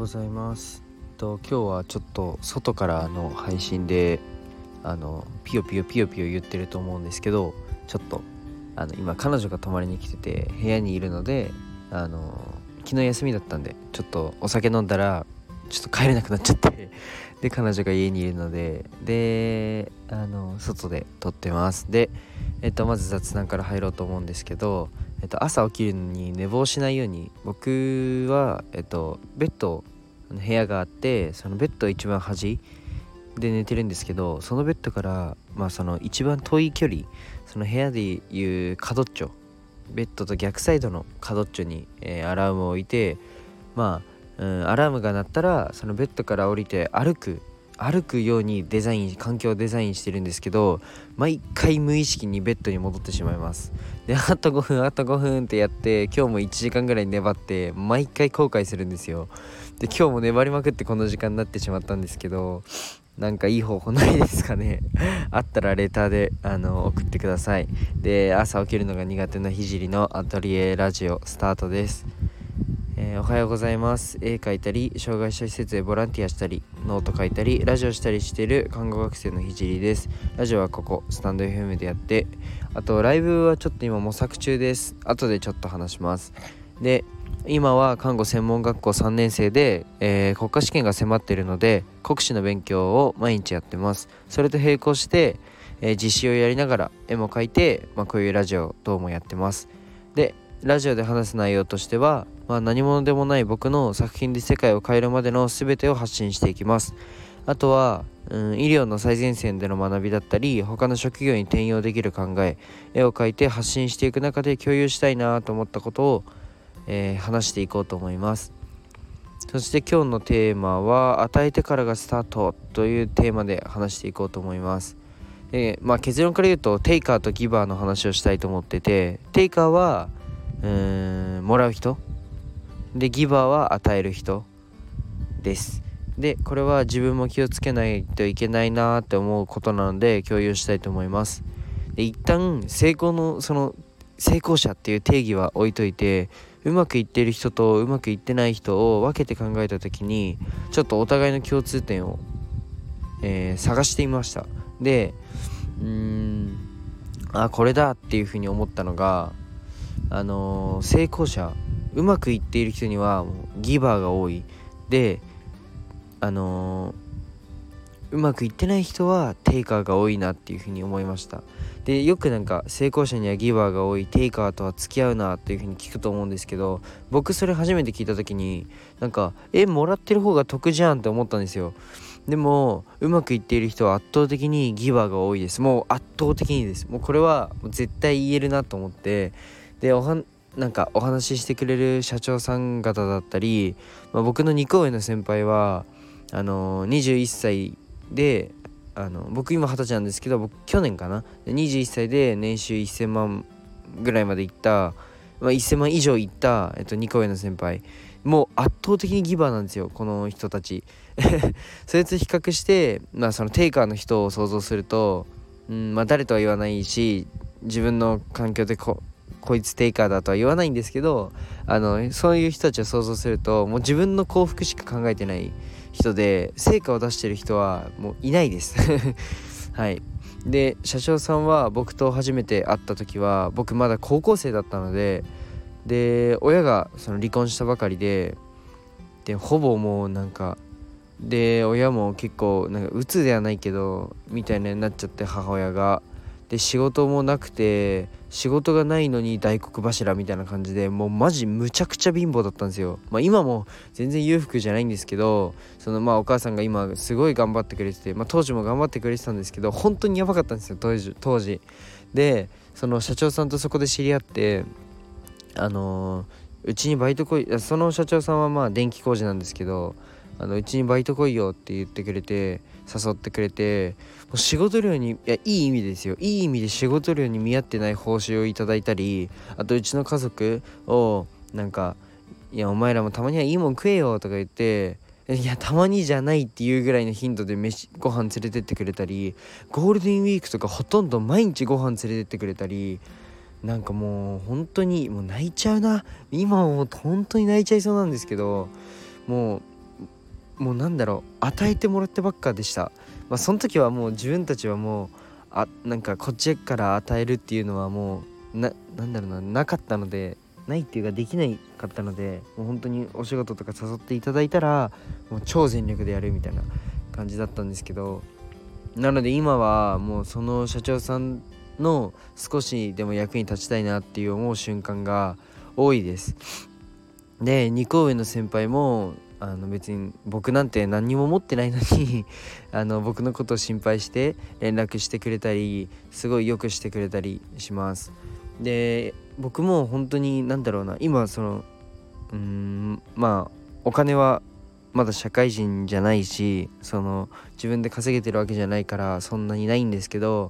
ございます。今日はちょっと外からの配信でピヨピヨピヨピヨ言ってると思うんですけど、ちょっと今彼女が泊まりに来てて部屋にいるので、昨日休みだったんでちょっとお酒飲んだらちょっと帰れなくなっちゃってで彼女が家にいるので外で撮ってます。でまず雑談から入ろうと思うんですけど、朝起きるのに寝坊しないように僕はベッド部屋があって、そのベッド一番端で寝てるんですけど、そのベッドからその一番遠い距離、その部屋でいう角っちょ、ベッドと逆サイドの角っちょに、アラームを置いて、アラームが鳴ったらそのベッドから降りて歩くように環境をデザインしてるんですけど、毎回無意識にベッドに戻ってしまいます。であと5分ってやって、今日も1時間ぐらい粘って毎回後悔するんですよ。で今日も粘りまくってこの時間になってしまったんですけど、なんかいい方法ないですかねあったらレターで送ってください。で朝起きるのが苦手なひじりのアトリエラジオスタートです。おはようございます。絵描いたり障害者施設でボランティアしたりノート書いたりラジオしたりしている看護学生のひじりです。ラジオはここスタンド FM でやって、あとライブはちょっと今模索中です。後でちょっと話します。で今は看護専門学校3年生で、国家試験が迫っているので国試の勉強を毎日やってます。それと並行して、実習をやりながら絵も描いて、こういうラジオ等もやってます。でラジオで話す内容としては、何者でもない僕の作品で世界を変えるまでの全てを発信していきます。あとは、医療の最前線での学びだったり他の職業に転用できる考え、絵を描いて発信していく中で共有したいなと思ったことを、話していこうと思います。そして今日のテーマは与えてからがスタートというテーマで話していこうと思います。結論から言うとテイカーとギバーの話をしたいと思ってて、テイカーはもらう人で、ギバーは与える人です。でこれは自分も気をつけないといけないなって思うことなので共有したいと思います。で一旦成功者っていう定義は置いといて、うまくいっている人とうまくいってない人を分けて考えた時にちょっとお互いの共通点を、探してみました。でこれだっていうふうに思ったのが、成功者、うまくいっている人にはもうギバーが多い。でうまくいってない人はテイカーが多いなっていうふうに思いました。でよく成功者にはギバーが多い、テイカーとは付き合うなっていうふうに聞くと思うんですけど、僕それ初めて聞いた時にもらってる方が得じゃんって思ったんですよ。でもうまくいっている人は圧倒的にギバーが多いです。もう圧倒的にです。もうこれは絶対言えるなと思って、でお話ししてくれる社長さん方だったり、僕の2個上の先輩は21歳で僕今20歳なんですけど、僕去年かな21歳で年収1000万ぐらいまでいった、1000万以上いった、2個上の先輩、もう圧倒的にギバーなんですよこの人たちそれと比較して、そのテイカーの人を想像すると、誰とは言わないし、自分の環境でこいつテイカーだとは言わないんですけど、そういう人たちを想像するともう自分の幸福しか考えてない人で、成果を出してる人はもういないですはい。で社長さんは僕と初めて会った時は僕まだ高校生だったので、親が離婚したばかりで、ほぼもうで親も結構鬱ではないけどみたいになっちゃって、母親がで仕事もなくて、仕事がないのに大黒柱みたいな感じで、もうマジむちゃくちゃ貧乏だったんですよ。今も全然裕福じゃないんですけど、お母さんが今すごい頑張ってくれてて、当時も頑張ってくれてたんですけど、本当にやばかったんですよ当時で、その社長さんとそこで知り合って、うちにバイト来い、その社長さんは電気工事なんですけど、うちにバイト来いよって言ってくれて、誘ってくれて、もう仕事量にいい意味ですよ、いい意味で仕事量に見合ってない報酬をいただいたり、あとうちの家族をいやお前らもたまにはいいもん食えよとか言って、いやたまにじゃないっていうぐらいの頻度でご飯連れてってくれたり、ゴールデンウィークとかほとんど毎日ご飯連れてってくれたり、もう本当にもう泣いちゃうな、今もう本当に泣いちゃいそうなんですけど、もうもう与えてもらってばっかでした。その時はもう自分たちはもうなんかこっちから与えるっていうのはもうなかったので、ないっていうかできないかったので、もう本当にお仕事とか誘っていただいたらもう超全力でやるみたいな感じだったんですけど、なので今はもうその社長さんの少しでも役に立ちたいなっていう思う瞬間が多いです。で2個上の先輩も別に僕なんて何にも持ってないのに僕のことを心配して連絡してくれたり、すごいよくしてくれたりします。で僕も本当に今お金はまだ社会人じゃないし、自分で稼げてるわけじゃないからそんなにないんですけど、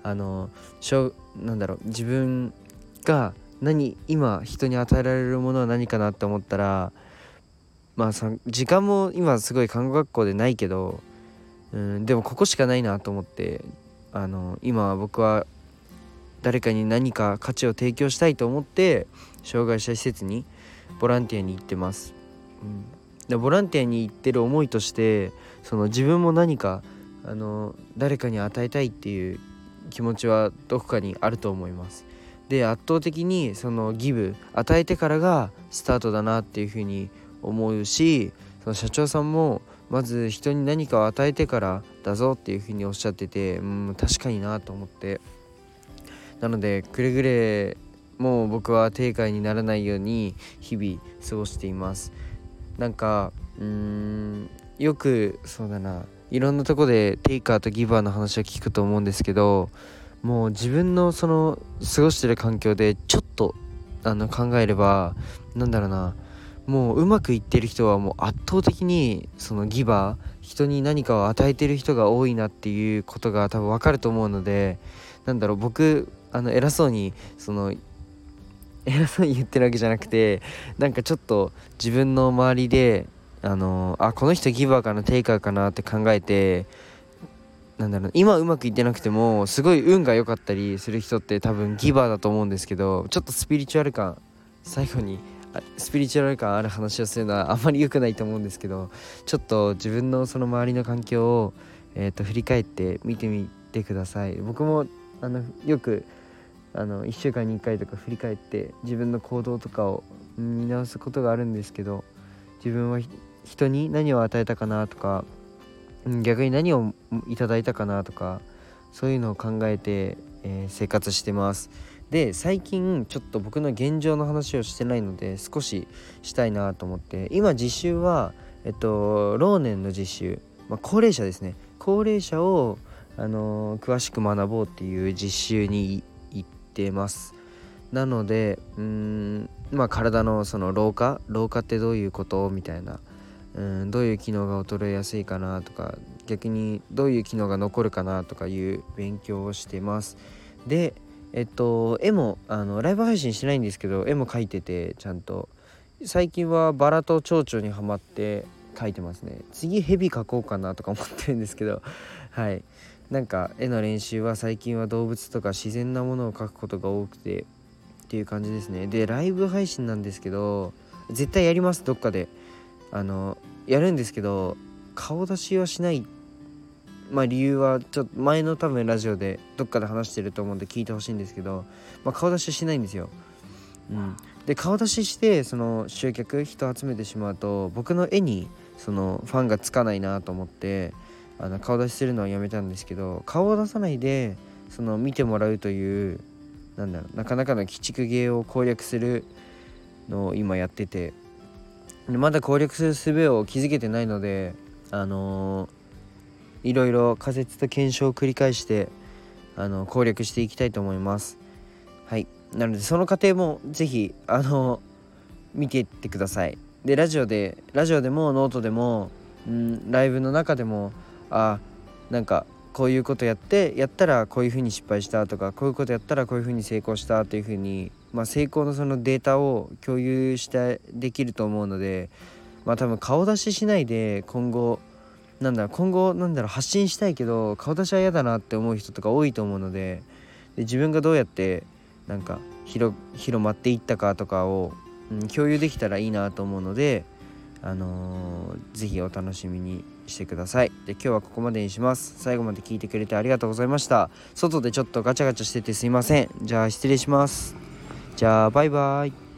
自分が今人に与えられるものは何かなって思ったら、時間も今すごい看護学校でないけど、でもここしかないなと思って、今僕は誰かに何か価値を提供したいと思って障害者施設にボランティアに行ってます。でボランティアに行ってる思いとして、自分も何か誰かに与えたいっていう気持ちはどこかにあると思います。で圧倒的にギブ与えてからがスタートだなっていうふうに思うし、その社長さんもまず人に何かを与えてからだぞっていうふうにおっしゃってて、確かになと思って、なのでくれぐれもう僕は低下にならないように日々過ごしています。よくいろんなとこでテイカーとギバーの話を聞くと思うんですけど、もう自分の過ごしてる環境でちょっと考えればもううまくいってる人はもう圧倒的にギバー、人に何かを与えてる人が多いなっていうことが多分わかると思うので、僕偉そうに言ってるわけじゃなくて、ちょっと自分の周りでこの人ギバーかなテイカーかなって考えて、今うまくいってなくてもすごい運が良かったりする人って多分ギバーだと思うんですけど、ちょっとスピリチュアル感ある話をするのはあんまり良くないと思うんですけど、ちょっと自分の周りの環境を、振り返って見てみてください。僕もよく1週間に1回とか振り返って自分の行動とかを見直すことがあるんですけど、自分は人に何を与えたかなとか、逆に何をいただいたかなとか、そういうのを考えて、生活してます。で最近ちょっと僕の現状の話をしてないので少ししたいなと思って、今実習は老年の実習、高齢者ですね。高齢者を詳しく学ぼうっていう実習に行ってます。なので体の老化ってどういうことみたいな、どういう機能が衰えやすいかなとか、逆にどういう機能が残るかなとかいう勉強をしてます。で絵もライブ配信してないんですけど絵も描いてて、ちゃんと最近はバラと蝶々にハマって描いてますね。次ヘビ描こうかなとか思ってるんですけどはい、絵の練習は最近は動物とか自然なものを描くことが多くてっていう感じですね。でライブ配信なんですけど絶対やります。どっかでやるんですけど顔出しはしない。理由はちょっと前の多分ラジオでどっかで話してると思うんで聞いてほしいんですけど、顔出ししないんですよ。で顔出しして集客人集めてしまうと僕の絵にファンがつかないなと思って顔出しするのはやめたんですけど、顔を出さないで見てもらうというなかなかの鬼畜芸を攻略するのを今やってて、まだ攻略する術を気づけてないのでいろいろ仮説と検証を繰り返して攻略していきたいと思います。はい、なのでその過程もぜひ見ていってください。でラジオでもノートでもライブの中でもこういうことやったらこういう風に失敗したとか、こういうことやったらこういう風に成功したという風に、成功のデータを共有できると思うので、多分顔出ししないで今後発信したいけど顔出しは嫌だなって思う人とか多いと思うので、自分がどうやって広まっていったかとかを、共有できたらいいなと思うのでぜひお楽しみにしてください。で今日はここまでにします。最後まで聞いてくれてありがとうございました。外でちょっとガチャガチャしててすいません。じゃあ失礼します。じゃあバイバイ。